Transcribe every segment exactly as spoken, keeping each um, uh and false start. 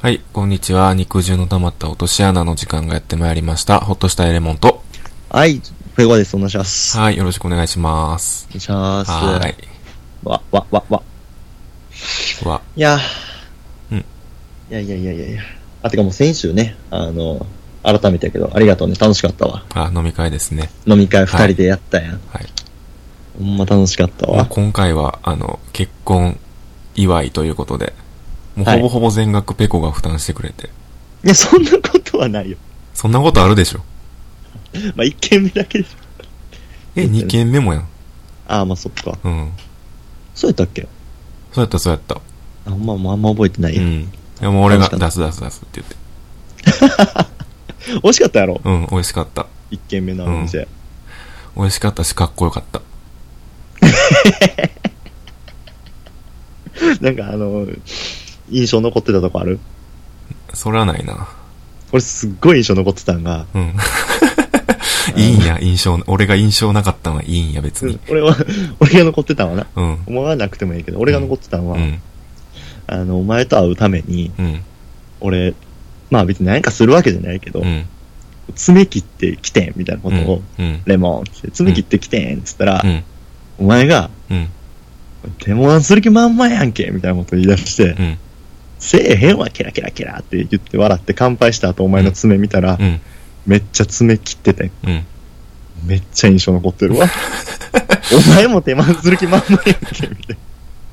はい、こんにちは。肉汁の溜まった落とし穴の時間がやってまいりました。ほっとしたエレモンと。 はい、フェゴです。お願いします。 はい、よろしくお願いします。 お願いします。 はい。 わ、わ、わ、わ。 わ。 いやうん。 いやいやいやいやいや。あ、てかもう先週ね、あの、改めてやけど、ありがとうね。楽しかったわ。 あ、飲み会ですね。 飲み会二人でやったやん。 はい。はい、 ほんま楽しかったわ。 今回は、あの、結婚祝いということで、もうほぼほぼ全額ペコが負担してくれて。はい、 いや、そんなことはないよ。 そんなことあるでしょ。 まあ、一軒目だけでしょ。 え、二軒目もやん。 ああ、まあそっか。 うん。 そうやったっけ？ そうやった、そうやった。 あ、ほんま、もうあんま覚えてないよ。 うん。いや、もう俺が出す出す出すって言って。 美味しかったやろ？ うん、美味しかった。 一軒目のお店、うん。 美味しかったし、かっこよかった。 なんかあの、印象残ってたとこある？ それはないな。 俺すっごい印象残ってたんが。 うん。いいんや、印象、俺が印象なかったのはいいんや、別に。うん、 俺は、俺が残ってたんはな。 うん。 思わなくてもいいけど、俺が残ってたんは、 うん、 あの、お前と会うために、 うん、 俺、まあ別に何かするわけじゃないけど、うん、爪切ってきてんみたいなことを、うんうん、レモンって爪切ってきてんって言ったら、うん、お前が、うん、レモンする気満々やんけみたいなことを言い出して、うん、せえへんわ、ケラケラケラって言って笑って乾杯した後お前の爪見たら、うん、めっちゃ爪切ってて、うん、めっちゃ印象残ってるわ。お前も手間する気満々やんけみたいな。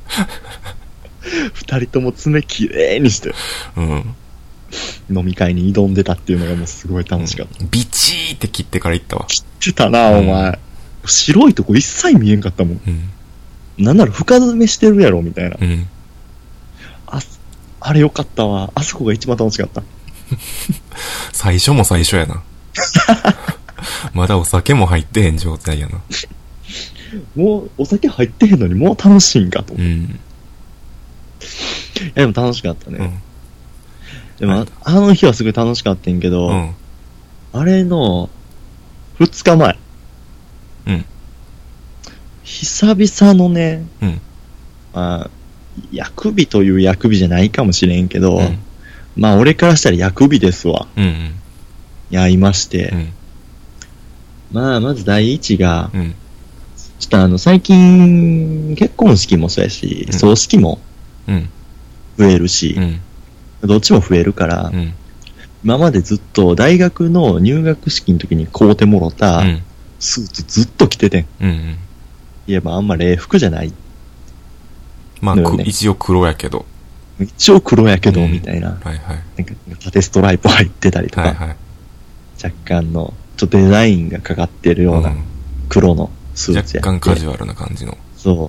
二人とも爪きれいにして、うん、飲み会に挑んでたっていうのがもうすごい楽しかった。 うん、ビチーって切ってから行ったわ。 切ってたな、お前。うん、白いとこ一切見えんかったもん。うん、なんなら深爪してるやろみたいな。うん、あ、あれよかったわ。あそこが一番楽しかった。 最初も最初やな。まだお酒も入ってへん状態やな。 もうお酒入ってへんのにもう楽しいんかと。うん、いやでも楽しかったね。うん、でも、はい、あの日はすごい楽しかったんけど、うん、あれのふつかまえ。うん。久々のね、うん、まあ、薬日という薬日じゃないかもしれんけど、うん、まあ俺からしたら薬日ですわ。うんうん、やいまして、うん、まあまず第一が、うん、ちょっとあの最近結婚式もそうやし、うん、葬式も増えるし、うん、どっちも増えるから、うん、今までずっと大学の入学式の時に買うてもろた、うん、スーツずっと着ててん。うんうん、いやまああんま礼服じゃない。 まあ、ね、一応黒やけど。 一応黒やけど、みたいな。 うん、はいはい。 なんか、縦ストライプ入ってたりとか、はいはい、若干の、ちょっとデザインがかかってるような黒のスーツやって、 若干カジュアルな感じの。 そう。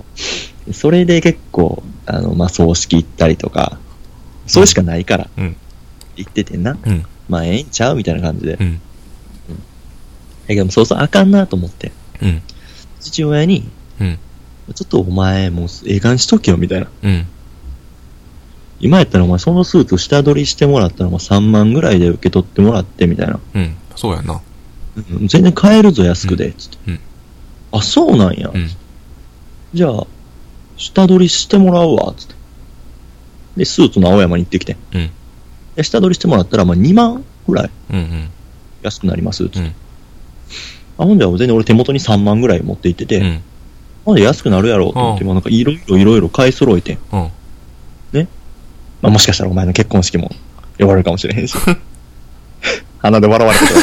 それで結構、あの、まあ、葬式行ったりとか、それしかないから、うん、行っててんな。うん、まあ、ええんちゃうみたいな感じで。うん。うん、だけど、そうそうあかんなと思って。うん。父親に、うん。ちょっとお前もうええ感じしとけよみたいな。うん。今やったらお前そのスーツ下取りしてもらったらもうさんまんぐらいで受け取ってもらってみたいな。 うん。そうやな。 うん、全然買えるぞ安くで、つって、うん。あ、そうなんや。うん、じゃあ、下取りしてもらうわ、つって。で、スーツの青山に行ってきて。うん。で、下取りしてもらったらまあにまんぐらい。うんうん。安くなります、つって。うん、あ、ほんじゃ全然俺手元にさんまんぐらい持って行ってて。うん。まだ安くなるやろうと思って、まあ、なんかいろいろいろいろ買い揃えて、うん、ね、まあ、もしかしたらお前の結婚式も呼ばれるかもしれへんし、鼻で笑われて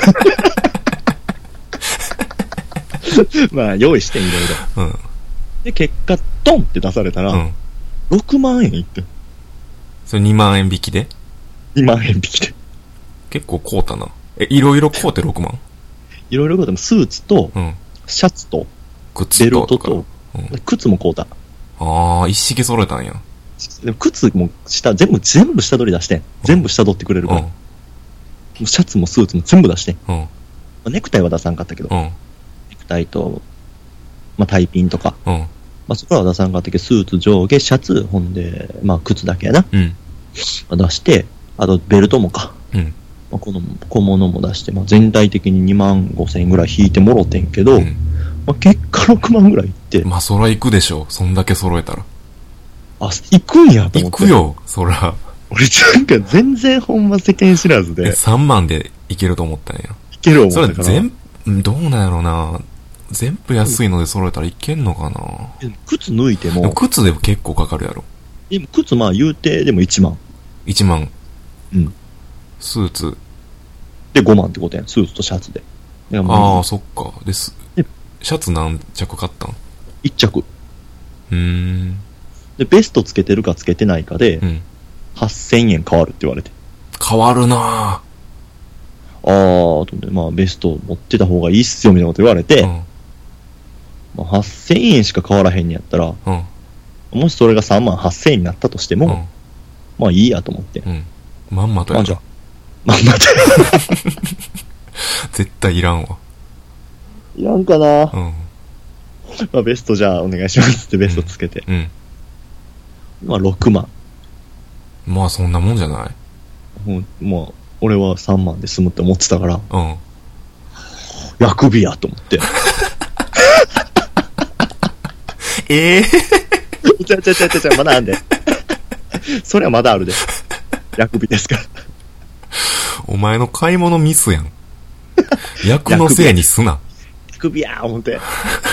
まあ用意していろいろ、うん、で結果ドンって出されたら、うん、ろくまんえんいって、 それにまんえん引きでにまんえん引きで結構買うたな。え、いろいろ買うてろくまん、 いろいろ買うてもスーツと、うん、シャツとベルトと、うん、靴も買うた。 ああ、一式揃えたんや。 でも靴も下、全部、全部下取り出してん。全部下取ってくれるから。うん、もうシャツもスーツも全部出してん。うん、まあ、ネクタイは出さんかったけど、うん、ネクタイと、まあ、タイピンとか、うん、まあ、そこらは出さんかったけど、スーツ上下、シャツ、ほんで、まあ、靴だけやな。うん、まあ、出して、あと、ベルトもか。うん、まあ、この小物も出して、まあ、全体的ににまんごせんえんぐらい引いてもろてんけど、うん、まあ、結果ろくまんぐらいいって。 まあ、そら行くでしょ。そんだけ揃えたら。 あ、行くんやと思って。 行くよ、そら。 俺なんか全然ほんま世間知らずで。 さんまんでいけると思ったんや。 いける思ったから。 それ全部、どうなんやろな。全部安いので揃えたらいけんのかな。 靴抜いても。 でも靴でも結構かかるやろ。 でも靴まあ言うてでもいちまん。 いちまん。 うん。 スーツ。 でごまんってことやん。スーツとシャツで。 ああ、そっか。です。シャツ何着買ったん？ いっ着。 うーん。 で、ベストつけてるかつけてないかで、うん、はっせんえん変わるって言われて。 変わるなぁ。 あー、とで、まあ、ベスト持ってた方がいいっすよ、みたいなこと言われて、うん、まあ、はっせんえんしか変わらへんにやったら、うん、もしそれがさんまんはっせんえんになったとしても、うん、まあいいやと思って。うん、 まんまとやな。 まあじゃあ、まんまと絶対いらんわ。 いらんかな、うん、まあベストじゃあお願いしますってベストつけて。うん。うん、まあろくまん。 まあそんなもんじゃない？ もう、まあ、俺はさんまんで済むって思ってたから、うん。薬日やと思って。 ええー、ちゃちゃちゃちゃちゃ、まだあんで。それはまだあるで。薬日ですから。 お前の買い物ミスやん。薬のせいにすな。 薬日やー思って。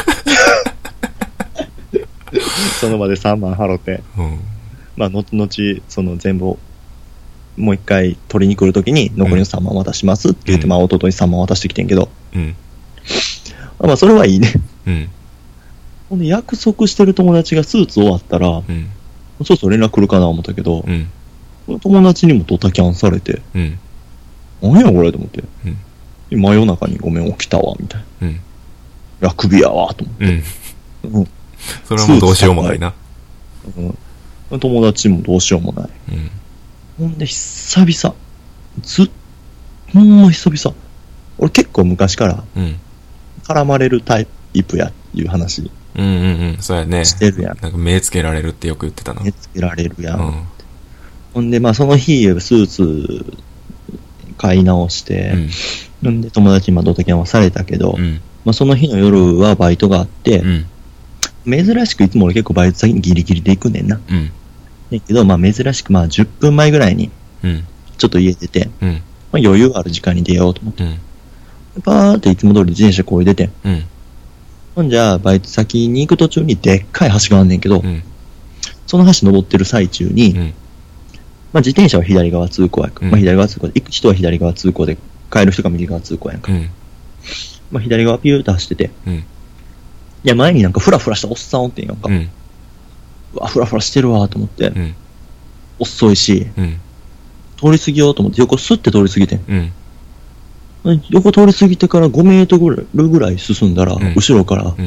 その場でさんまん払って。うん。まあ、後々、その全部を、もう一回取りに来るときに、残りのさんまん渡しますって言って、うん、まあ、弟にさんまん渡してきてんけど。うん。まあ、それはいいね。うん。ほんで、約束してる友達がスーツ終わったら、うん。そうそう連絡来るかな思ったけど、うん。友達にもドタキャンされて、うん。何やこれと思って。うん。真夜中にごめん起きたわ、みたいな。うん。楽日やわ、と思って。うん。うん。 それはもうどうしようもないな。 うん。友達もどうしようもない。うん。ほんで、久々。ず、ほんま久々。俺結構昔から、うん。絡まれるタイプや、いう話。 うんうんうん。そうやね。 してるやん。 なんか目つけられるってよく言ってたな。 目つけられるやん。うん。ほんで、まあその日、スーツ、買い直して、うん。んで、友達にまあドタキャンはされたけど、うん。まあその日の夜はバイトがあって、うん。珍しくいつも俺結構バイト先にギリギリで行くねんな。うん。だけど、まあ珍しくまあじゅっぷんまえぐらいに、うん。ちょっと家出て、うん。まあ余裕ある時間に出ようと思って。うん。パーっていつも通り自転車こいでて、うん。ほんじゃあ、バイト先に行く途中にでっかい橋があんねんけど、うん。その橋登ってる最中に、うん。まあ自転車は左側通行やんか。うん。まあ左側通行で、行く人は左側通行で、帰る人が右側通行やんか。うん。まあ左側ピューって走ってて、うん。いや、前になんかフラフラしたおっさんおってんやんか。うん。うわ、フラフラしてるわと思って、うん。遅いし、うん。通り過ぎようと思って横スッて通り過ぎてん。うん。横通り過ぎてからごメートルぐらい進んだら、うん、後ろから、うん。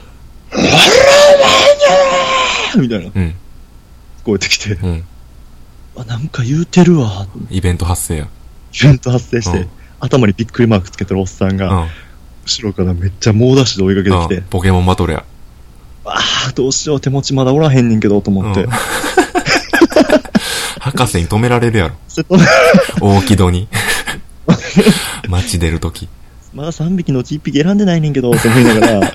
みたいな、うん。聞こえてきて、うん。あ、なんか言うてるわ。 イベント発生や。 イベント発生して、うん、頭にびっくりマークつけてるおっさんが、うん、後ろからめっちゃ猛ダッシュで追いかけてきて、 うん、ポケモンバトルや。 ああ、どうしよう、手持ちまだおらへんねんけど、と思って。うん、 博士に止められるやろ。大木戸に。街出るとき。 まださんびきのうちいっぴき選んでないねんけど、と思いながら。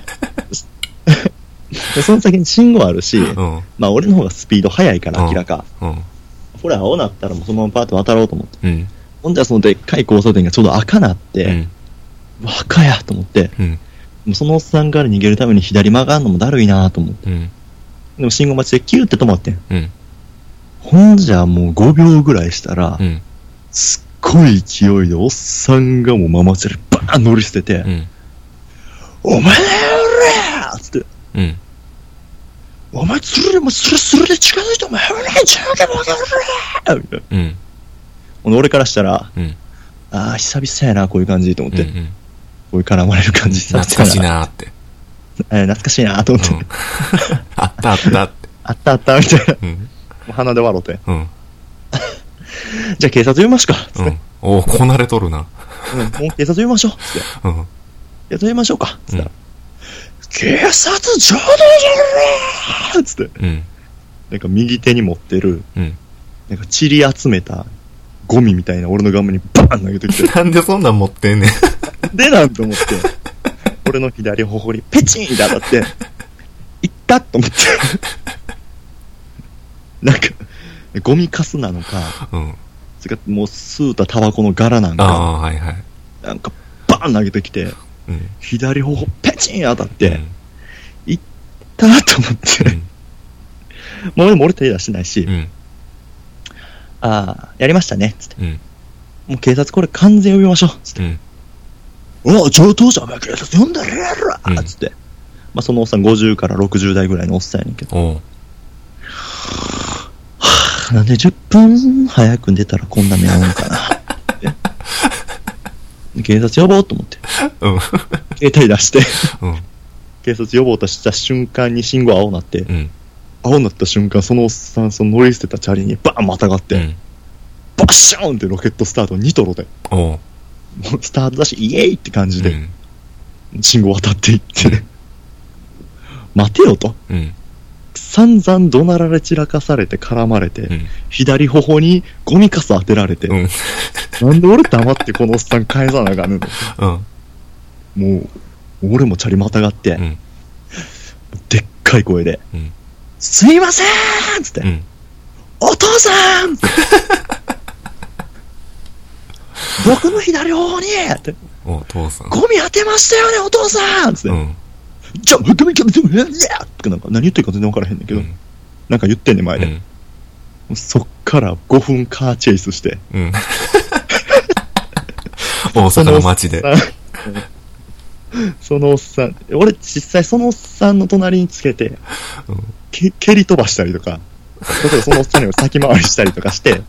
その先に信号あるし、うん、まあ俺の方がスピード速いから明らか。うんうん、これ青なったらもうそのままパーッと渡ろうと思って。うん、ほんじゃそのでっかい交差点がちょうど赤なって、うん、赤やと思って、うん、もうそのおっさんから逃げるために左曲がんのもだるいなと思って。うん、でも信号待ちでキューって止まってん。うん、ほんじゃもうごびょうぐらいしたら、うん、すっごい勢いでおっさんがもうママチャリバーン乗り捨てて、うん、お前らよーっつって、うん、お前つるでもスルスルで近づいてお前らーちゃうけどお前らーみたいな、うん、俺からしたら、うん、ああ久々やなこういう感じと思って、うんうん、こういう絡まれる感じ懐かしいなーって、 えー、懐かしいなーと思って、うん、 あったあったってあったあったみたいな、うん、もう鼻で笑って、うんじゃあ警察呼びますかつって、 うん、おこなれとるな、 うん、もう警察呼びましょうつって、うん、警察呼びましょうかつったら、うん、警察ちょうどいいねつって、うん、なんか右手に持ってる、うん、なんか散り集めたゴミみたいな俺の顔面にバーン投げてきてなんでそんなん持ってんねんでなんと思って俺の左頬にペチンって当たっていったと思ってなんかゴミカスなのか、 うん。 それからもう吸うたタバコの柄なんか、 ああ、はいはい。 なんかバーン投げてきて、 うん。 左頬ペチン当たって、 うん、 いったーと思って、うん、もうでも俺手出してないし、うん、ああ、やりましたね、つって。うん、もう警察これ完全呼びましょう、つって。うん、おい、上等者お前警察呼んだらやろ、うん、つって。まあそのおっさんごじゅうからろくじゅう代ぐらいのおっさんやねんけど。はぁ、なんでじゅっぷん早く出たらこんな目合うんかな。警察呼ぼうと思って。うん、携帯出して、うん、警察呼ぼうとした瞬間に信号青になって、うん、青になった瞬間そのおっさんその乗り捨てたチャリにバーンまたがって、うん、バッシャーンってロケットスタートにトロでもうスタートだしイエーイって感じで、うん、信号渡っていって、うん、待てよと、うん、散々怒鳴られ散らかされて絡まれて、うん、左頬にゴミカス当てられて、うん、なんで俺黙ってこのおっさん返さなあかんねんの、うん、もう俺もチャリまたがって、うん、でっかい声で、うん、すいませーんつって、うん、お父さん僕の左頬にってお父さんゴミ当てましたよねお父さんつって、うん、じゃあゴミゴミゴミゴミってなんか何言ってるか全然分からへんねんけど、うん、なんか言ってんねん前で、うん、そっからごふんカーチェイスして、うん、 大阪の街でそのおっさん俺実際そのおっさんの隣につけて、うん、け蹴り飛ばしたりとか例えばそのおっさんに先回りしたりとかして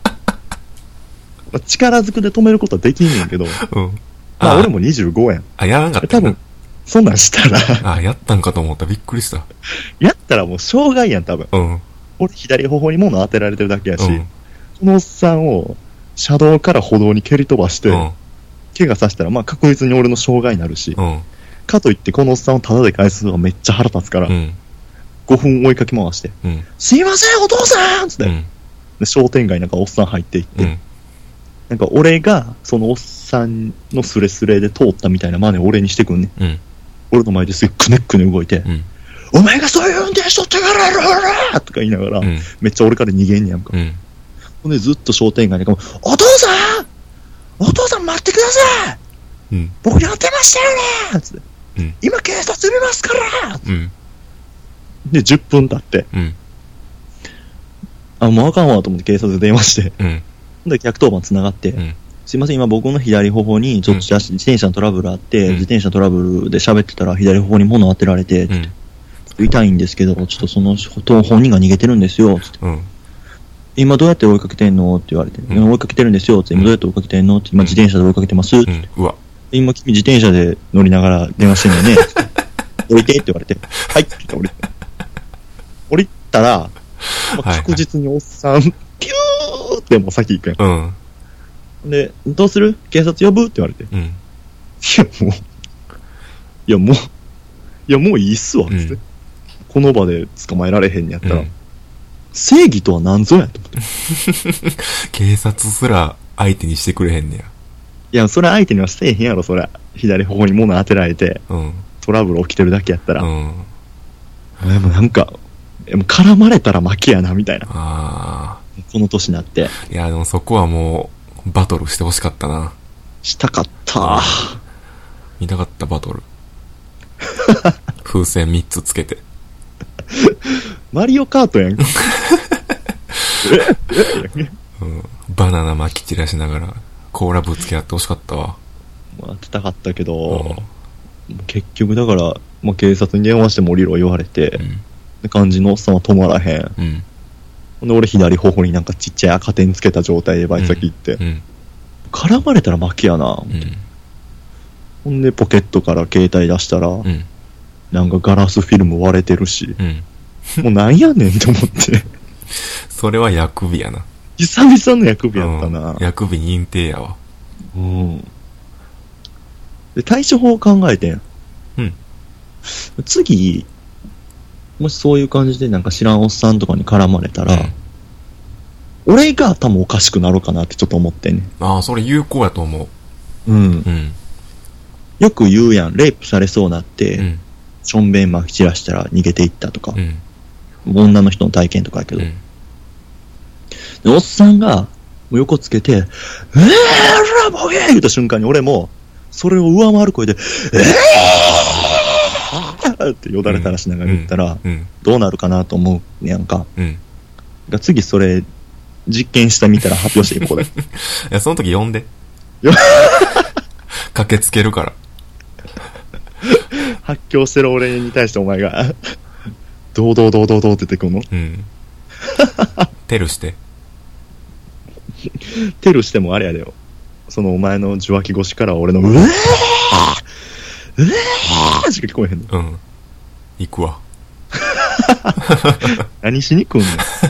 力ずくで止めることはできんねんけど、うん、まあ俺もにじゅうごやん。 あ、やらなかった多分、そんなんしたらあ、やったんかと思った。びっくりした。 やったらもう障害やん、多分。うん、俺左頬に物当てられてるだけやし、うん、そのおっさんを車道から歩道に蹴り飛ばして、うん、怪我させたらまあ確実に俺の障害になるし、うん、かといってこのおっさんをタダで返すのがめっちゃ腹立つから、うん、ごふん追いかけ回して、うん、すいませんお父さんつって、うん、で商店街なんかおっさん入っていって、うん、なんか俺がそのおっさんのスレスレで通ったみたいな真似を俺にしてくんね、うん、俺の前ですぐくねくね動いて、うん、お前がそういう運転しとったからやろとか言いながら、うん、めっちゃ俺から逃げんねやんか、うん、ほんでずっと商店街にお父さんお父さん待ってください、うん、僕やってましたよねつって、うん、今警察呼びますから、うん、でじゅっぷん経って、うん、あもうあかんわと思って警察で電話して、うんで、ひゃくとおばんつながって、うん、すいません、今僕の左頬にちょっと自転車のトラブルあって、うん、自転車トラブルで喋ってたら左頬に物当てられて、うん、ちょっと痛いんですけど、ちょっとその本人が逃げてるんですよ、つって、うん、今どうやって追いかけてんのって言われて、うん、追いかけてるんですよ、つって、今どうやって追いかけてんのって、今自転車で追いかけてます、って、うん、うわ今君自転車で乗りながら電話してんのよね、降りてって言われて、はいって言って降りて。降りたら、確実におっさん、ピューってもう先行くやん。うん。で、どうする警察呼ぶって言われて。うん。いや、もう、いや、もう、いや、もういいっすわ、つって、うん。この場で捕まえられへんやったら、うん、正義とは何ぞやと思って。 警察すら相手にしてくれへんねや。 いや、それ相手にはせえへんやろ、それ。左頬に物当てられて、うん、トラブル起きてるだけやったら。うん。でもなんか、でも絡まれたら負けやなみたいな。あこの年になって。 いやでもそこはもうバトルしてほしかったな。 したかった。 見たかったバトル。風船みっつつけて。 マリオカートやん。 うん、バナナ巻き散らしながら甲羅ぶつけ合ってほしかったわ。 当てたかったけど、うん、結局だからもう警察に電話しても降りろ言われて。うん感じのおっさんは止まらへん、うん、ほんで俺左頬になんかちっちゃい赤点つけた状態でバイト先行って、うんうん、絡まれたら負けやな、うん、ほんでポケットから携帯出したら、うん、なんかガラスフィルム割れてるし、うん、もうなんやねんと思ってそれは薬日やな久々の薬日やったな、 うん、薬日認定やわ、うん、 で対処法を考えてん、うん、次もしそういう感じでなんか知らんおっさんとかに絡まれたら、うん、俺が頭おかしくなるかなってちょっと思ってんね。 ああ、それ有効やと思う。うん。うん。 よく言うやん、レイプされそうなって、うん、しょんべんまき散らしたら逃げていったとか、うん、女の人の体験とかやけど、うん、 でおっさんが、もう横つけて、えーラボゲー言った瞬間に俺も、それを上回る声で、えーってよだれ垂らしながら言ったら、 うんうん、 どうなるかなと思うねやんか。 うん。 が次それ、実験してみたら発表していいここで。いや、その時呼んで。駆けつけるから。 発狂してる俺に対してお前が、どうどうどうどうどうって出てくるの？ うん。テルして。 テルしてもあれやでよ。そのお前の受話器越しから俺の、うえーうえーしか聞こえへんの。 うん。行くわ。 何しに来んの？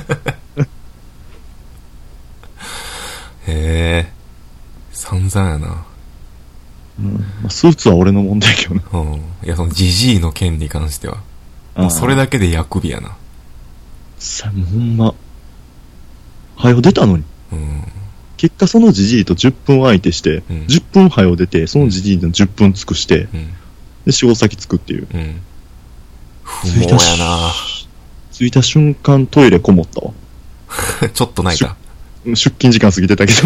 へえ。散々やな。 うんまあ、スーツは俺の問題やけどな。 うん。いや、そのジジイの件に関しては。もうそれだけで役日やな。 さ、もうほんま。はよ出たのに。 うん。 結果そのジジイとじゅっぷん相手して、うん、じゅっぷんはよ出て、そのジジイのじゅっぷん尽くして、うん、で、仕事先着くっていう。うん。 不毛やな。 着いた瞬間トイレこもったわ。 ちょっと泣いた。 出勤時間過ぎてたけど。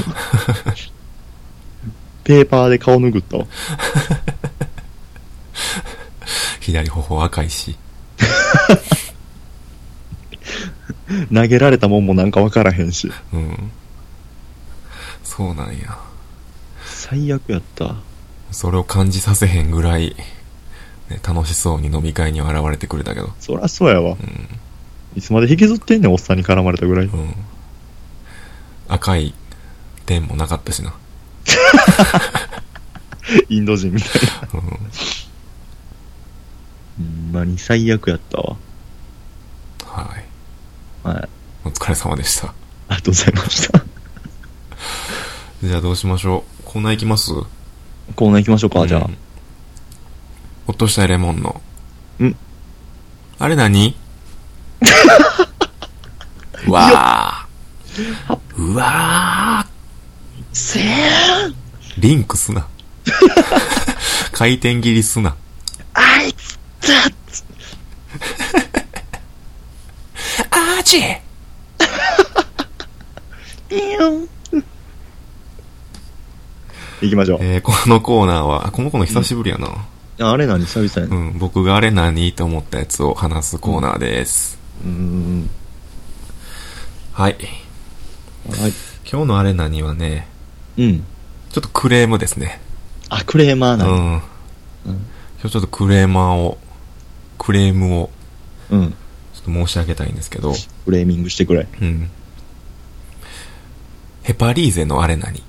ペーパーで顔拭ったわ。 左頬赤いし。 投げられたもんもなんかわからへんし。 うん。そうなんや。 最悪やった。 それを感じさせへんぐらい、ね、楽しそうに飲み会に現れてくれたけど。 そりゃそうやわ。うん。いつまで引きずってんねん、おっさんに絡まれたぐらい。うん。 赤い点もなかったしな。 インド人みたいな。うん。ほんまに最悪やったわ。 はい。 はい。 お疲れ様でした。 ありがとうございました。 じゃあどうしましょう。コーナー行きます？ コーナー行きましょうか、うん、じゃあ。 ほっとしたいレモンの。 んあれ何うわー。うわー。せーん。 リンクすな。回転切りすな。 あいつだっあーちいいよ。行きましょう。 えー、このコーナーは、このコーナー久しぶりやな。 うん、あれ何久々 やね。うん、僕があれ何と思ったやつを話すコーナーです。 うん。うんはい。はい。今日のあれ何はね、うん。ちょっとクレームですね。 あ、クレーマーなの、うん、うん。 今日ちょっとクレーマーを、クレームを、うん。ちょっと申し上げたいんですけど。 クレーミングしてくれ。 うん。ヘパリーゼのあれ何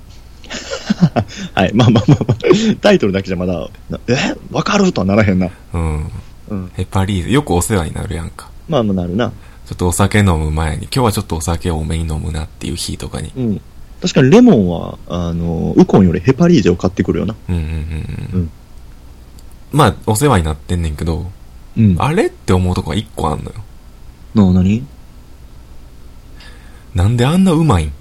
はい、まあまあまあまあ、タイトルだけじゃまだ、えわかるとはならへんな。 うん。うん。ヘパリーゼ、よくお世話になるやんか。 まあまあなるな。 ちょっとお酒飲む前に、今日はちょっとお酒を多めに飲むなっていう日とかに。 うん。確かにレモンは、あの、ウコンよりヘパリーゼを買ってくるよな。 うんうんうんうん。うん、まあ、お世話になってんねんけど、うん。あれって思うとこが一個あんのよ。 なあ、なに？ なんであんなうまいん？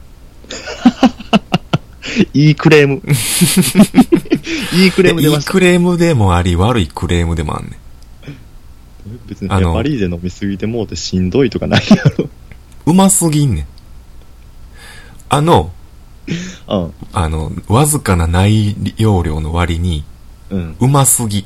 いいクレーム。いいクレーム出ました。 いいクレームでもあり、悪いクレームでもあんねん。 別にヘパリーゼ飲みすぎてもうてしんどいとかないやろ。 うますぎんねん。あの、 うん、 あの、わずかな内容量の割に、うん、うますぎ。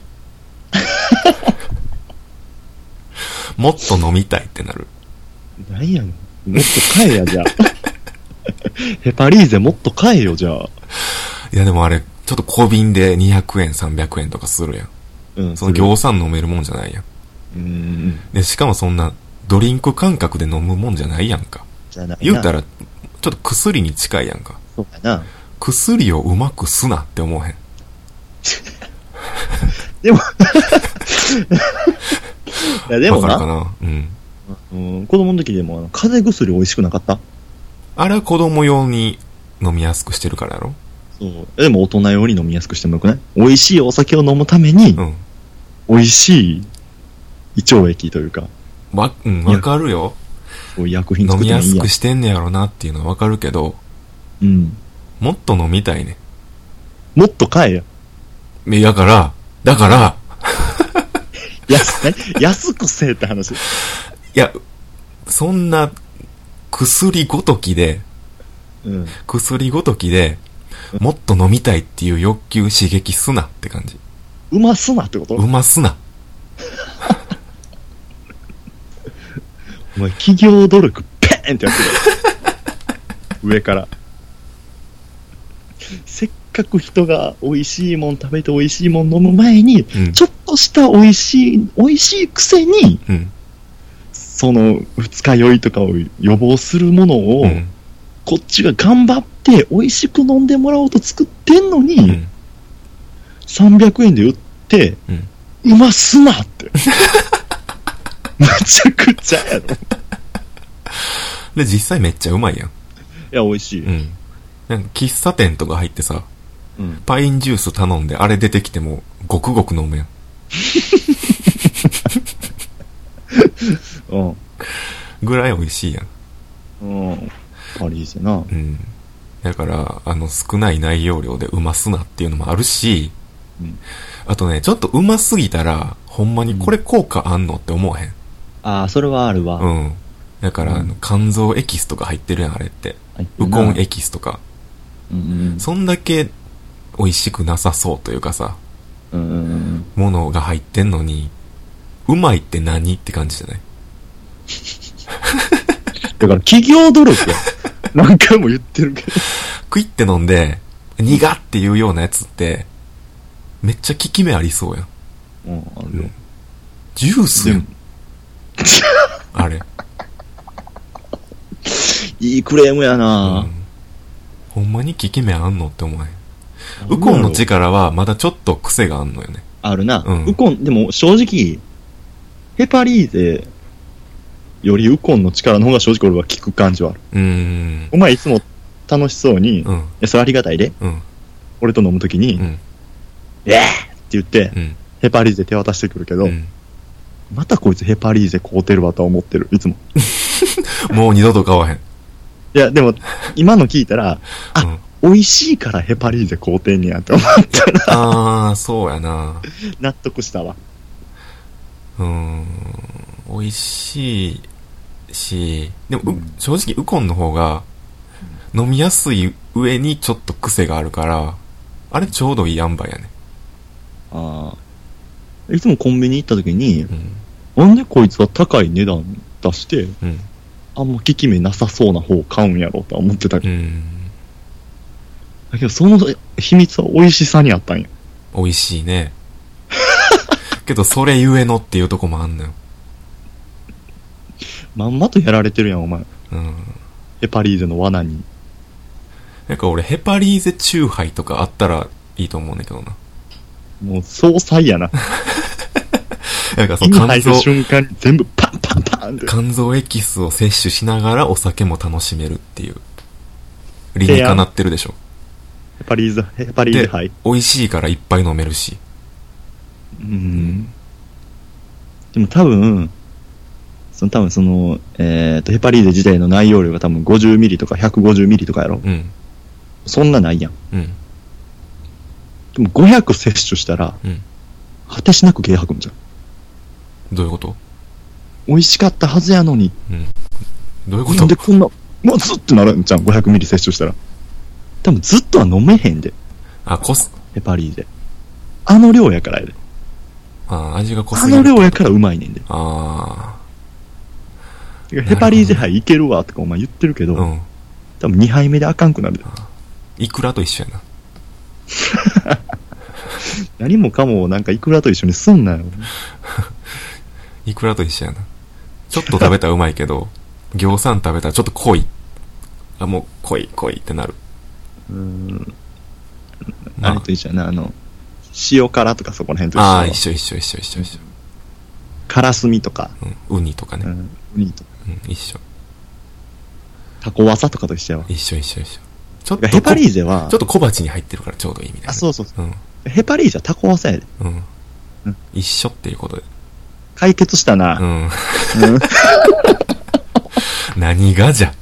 もっと飲みたいってなる。 なんやねん。もっと買えや、じゃあ。ヘパリーゼもっと買えよ、じゃあ。 いやでもあれ、ちょっと小瓶でにひゃくえん、さんびゃくえんとかするやん。うん。その行さん飲めるもんじゃないやん。うん。で、しかもそんな、ドリンク感覚で飲むもんじゃないやんか。 じゃないな。 言うたら、ちょっと薬に近いやんか。 そうかな。 薬をうまくすなって思わへん。 でも、いやでもな。 わかるかな？うん。 うん、子供の時でも、風邪薬美味しくなかった？ あれは子供用に飲みやすくしてるからやろ？ そう。でも大人用に飲みやすくしてもよくない？美味しいお酒を飲むために、うん、美味しい胃腸液というか。 わ、うん、わかるよ。 そう薬品作ってもいいやん。 飲みやすくしてんねやろなっていうのはわかるけど、うん。もっと飲みたいね。 もっと買えや。 え、だから、だから、 安、ね、安くせえって話。 いや、そんな、 薬ごときで、 うん、 薬ごときで、もっと飲みたいっていう欲求刺激すなって感じ。 うますなってこと？ うますな。 お前、企業努力、ペーンってやってる。上から。せっかく人が美味しいもん食べて美味しいもん飲む前に、うん、ちょっとした美味しい、美味しいくせに、うん、その二日酔いとかを予防するものを、うん、こっちが頑張って美味しく飲んでもらおうと作ってんのに、うん、さんびゃくえんで売って、うん、うますなって。めちゃくちゃやろ。 で、実際めっちゃうまいやん。いや、美味しい。 うん。なんか喫茶店とか入ってさ、うん、パインジュース頼んであれ出てきてもごくごく飲むやん。うん。ぐらい美味しいやん。 うん。パリーゼな。 うん。だから、あの、少ない内容量でうますなっていうのもあるし、うん、あとね、ちょっとうますぎたら、ほんまにこれ効果あんのって思わへん。 ああ、それはあるわ。 うん。だから、うん、あの肝臓エキスとか入ってるやん、あれって。ウコンエキスとか。うんうん、そんだけ美味しくなさそうというかさ、うんうん、ものが入ってんのに、うまいって何って感じじゃない？ だから企業努力や。何回も言ってるけど。 クイって飲んで、苦っていうようなやつって、めっちゃ効き目ありそうやん。うん、あるよ。ジュースやん。あれ。 いいクレームやな、うん、 ほんまに効き目あんのって思わへん。ウコンの力はまだちょっと癖があんのよね。 あるな。うん、ウコン、でも正直、ヘパリーゼよりウコンの力の方が正直俺は効く感じはある。うーん。お前いつも楽しそうに、うん、いや、それありがたいで。うん、俺と飲むときに、うん、えーって言って、うん、ヘパリーゼ手渡してくるけど、うん、またこいつヘパリーゼ買うてるわとは思ってる、いつも。 もう二度と買わへん。 いや、でも、今の聞いたら、あ、うん、美味しいからヘパリーゼ買うてんねやって思ったら。 ああ、そうやな。 納得したわ。 うーん、美味しいし、でも、うん、正直ウコンの方が、飲みやすい上にちょっと癖があるから、あれちょうどいい塩梅やね。 ああ。いつもコンビニ行った時に、うん、なんでこいつは高い値段出して、うん、あんま効き目なさそうな方を買うんやろうとは思ってたけど。うん、だけどその秘密は美味しさにあったんや。 美味しいね。けどそれゆえのっていうとこもあんのよ。 まんまとやられてるやんお前。うん。ヘパリーゼの罠に。 なんか俺ヘパリーゼチューハイとかあったらいいと思うんだけどな。 もう総裁やな。 なんかその肝臓瞬間に全部パンパンパンって肝臓エキスを摂取しながらお酒も楽しめるっていう理にかなってるでしょ。 ヘパリーゼヘパリーゼハイ美味しいからいっぱい飲めるし。 うん。でも多分その多分そのえっ、ー、とヘパリーゼ自体の内容量が多分 ごじゅうミリ とか ひゃくごじゅうミリ とかやろ。うん。そんなないやん。うん。でもごひゃく摂取したら、うん、果てしなくゲー吐くんじゃん。 どういうこと？ 美味しかったはずやのに。うん。 どういうこと？ なんでこんな、もうずっとなるんじゃん、ごひゃくミリ 摂取したら。多分ずっとは飲めへんで。 あ、コス。 ヘパリーゼ。あの量やからやで。 あ、味が濃すぎる。あの量やからうまいねんで。 ああ。ヘパリーゼ杯いけるわとかお前言ってるけど、うん、多分にはいめであかんくなるで。 イクラと一緒やな。 何もかもなんかイクラと一緒にすんなよ。 イクラと一緒やな。ちょっと食べたらうまいけど、餃子食べたらちょっと濃い。あ、もう濃い濃いってなる。うーん。 まあ、あれと一緒やな、あの、塩辛とかそこら辺と一緒。 ああ、一緒一緒一緒一緒一緒。 カラスミとか。 うん、ウニとかね。うん、 ウニとか。 うん、一緒。 タコワサとかと一緒やわ。 一緒一緒一緒。ちょっとヘパリーゼは、 ちょっと小鉢に入ってるからちょうどいいみたいな。 あ、そうそうそう。うん、ヘパリーゼはタコワサやで。うん。 うん、一緒っていうことで。 解決したな。うん。うん、 何がじゃ。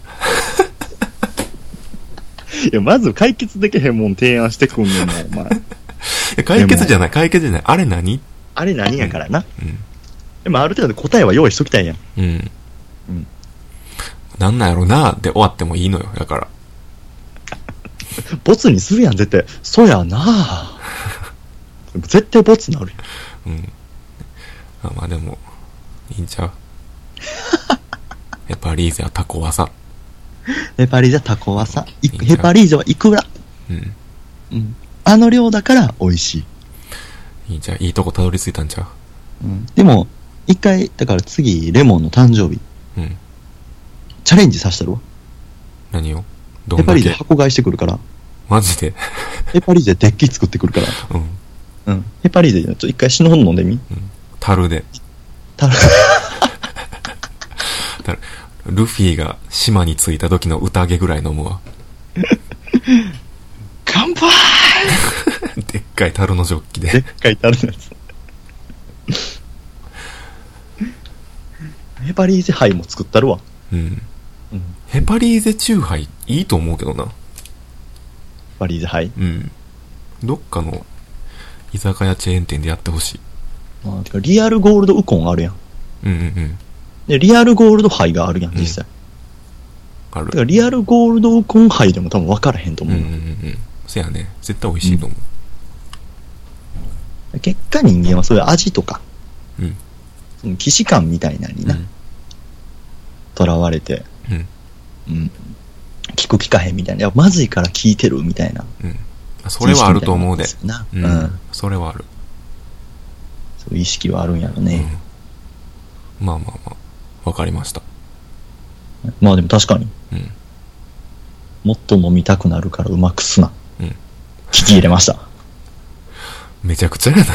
いや、まず解決できへんもん提案してくんねんな、お前。 解決じゃない、解決じゃない。あれ何あれ何やからな。うん。でもある程度答えは用意しときたいやん。うん。 うん。 なんなんやろなで終わってもいいのよ。だから。 ボツにするやん、絶対。そやな絶対ボツなるよ。 うん。あ、まあでも、いいんちゃうヘパリーゼはタコワサ。 ヘパリーゼはタコワサ。ヘパリーゼはいくら。 うん。 うん。あの量だから美味しい。 いいんちゃう。いいとこたどり着いたんちゃう。うん。でも、一回、だから次、レモンの誕生日。 うん。 チャレンジさせたるわ。 何をどんだけヘパリーゼ箱買いしてくるから。 マジでヘパリーゼデッキ作ってくるから。 うん。 うん。ヘパリーゼ、ちょっと一回死ぬほど飲んでみ。うん。 樽で。 樽。 樽。ルフィが島に着いた時の宴ぐらい飲むわ。 乾杯でっかい樽のジョッキで。 でっかい樽のやつ。ヘパリーゼハイも作ったるわ。 うん。うん、ヘパリーゼチューハイいいと思うけどな。ヘパリーゼハイ。 うん。どっかの居酒屋チェーン店でやってほしい。 ああ、てかリアルゴールドウコンあるやん。 うんうんうん。 で、リアルゴールドハイがあるやん、実際。うん、ある。だからリアルゴールドウコンハイでも多分分からへんと思う。うんうんうん。 そやね。絶対美味しいと思う。 うん、結果人間はそういう味とか、 うん。 その既視感みたいなのにな、とらわれて、うん。うん。聞く聞かへんみたいな。いや、まずいから聞いてるみたいな。 うん。それはあると思うで。 な。 うん。うん、それはある。 そういう意識はあるんやろね。 うん、まあまあまあ。わかりました。 まあでも確かに。 うん。 もっと飲みたくなるからうまくすな。 うん。 聞き入れました。 めちゃくちゃやな。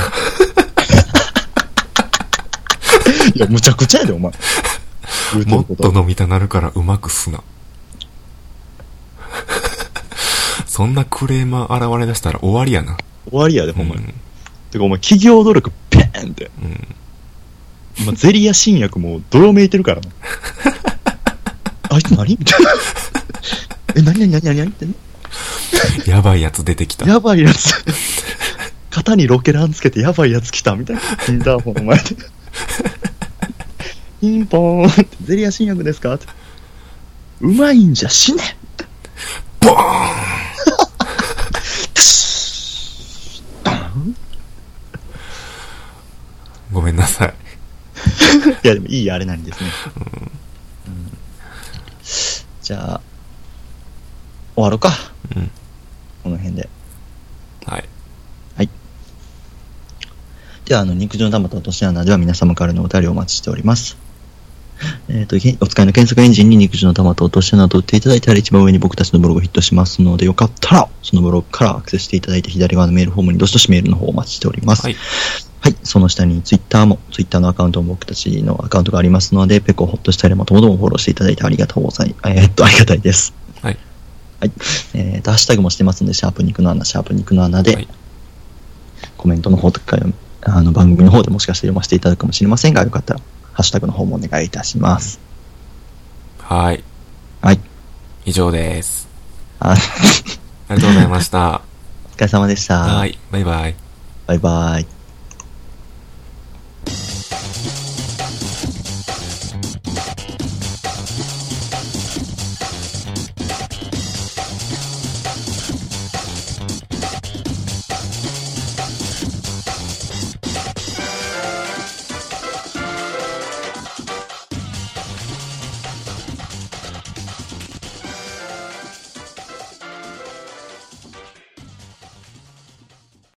いや、むちゃくちゃやで、お前。 もっと飲みたなるからうまくすな。そんなクレーマー現れ出したら終わりやな。 終わりやで、ほんまに。うん、てか、お前、企業努力、ペーンって。うん。今、ゼリア新薬も、どよめいてるからな。あいつ何みたいな。え、何何何何何ってね。 やばいやつ出てきた。 やばいやつ。肩にロケランつけて、やばいやつ来た、みたいな。インターホンの前で。ピンポーンって、ゼリア新薬ですかって。うまいんじゃ死ねボーンごめんなさい。 いやでもいいあれなんですね、うんうん、じゃあ終わろうか、うん、この辺ではいはいではあの肉汁の玉と落とし穴では皆様からのお便りをお待ちしております。えっと、お使いの検索エンジンに肉汁の玉と落とし穴と打っていただいたら一番上に僕たちのブログヒットしますのでよかったらそのブログからアクセスしていただいて左側のメールフォームにどしどしメールの方をお待ちしております。はいはい、その下にツイッターも、ツイッターのアカウントも僕たちのアカウントがありますので、ペコホットしたりもともどもフォローしていただいてありがとうございます。えー、っと、ありがたいです。 はい。 はい。えー、っと、ハッシュタグもしてますので、シャープ肉の穴、シャープ肉の穴で、はい、コメントの方とか、あの、番組の方でもしかして読ませていただくかもしれませんが、よかったら、ハッシュタグの方もお願いいたします。 はい。 はい。 以上です。 あ, ありがとうございました。 お疲れ様でした。 はい。バイバイ。 バイバイ。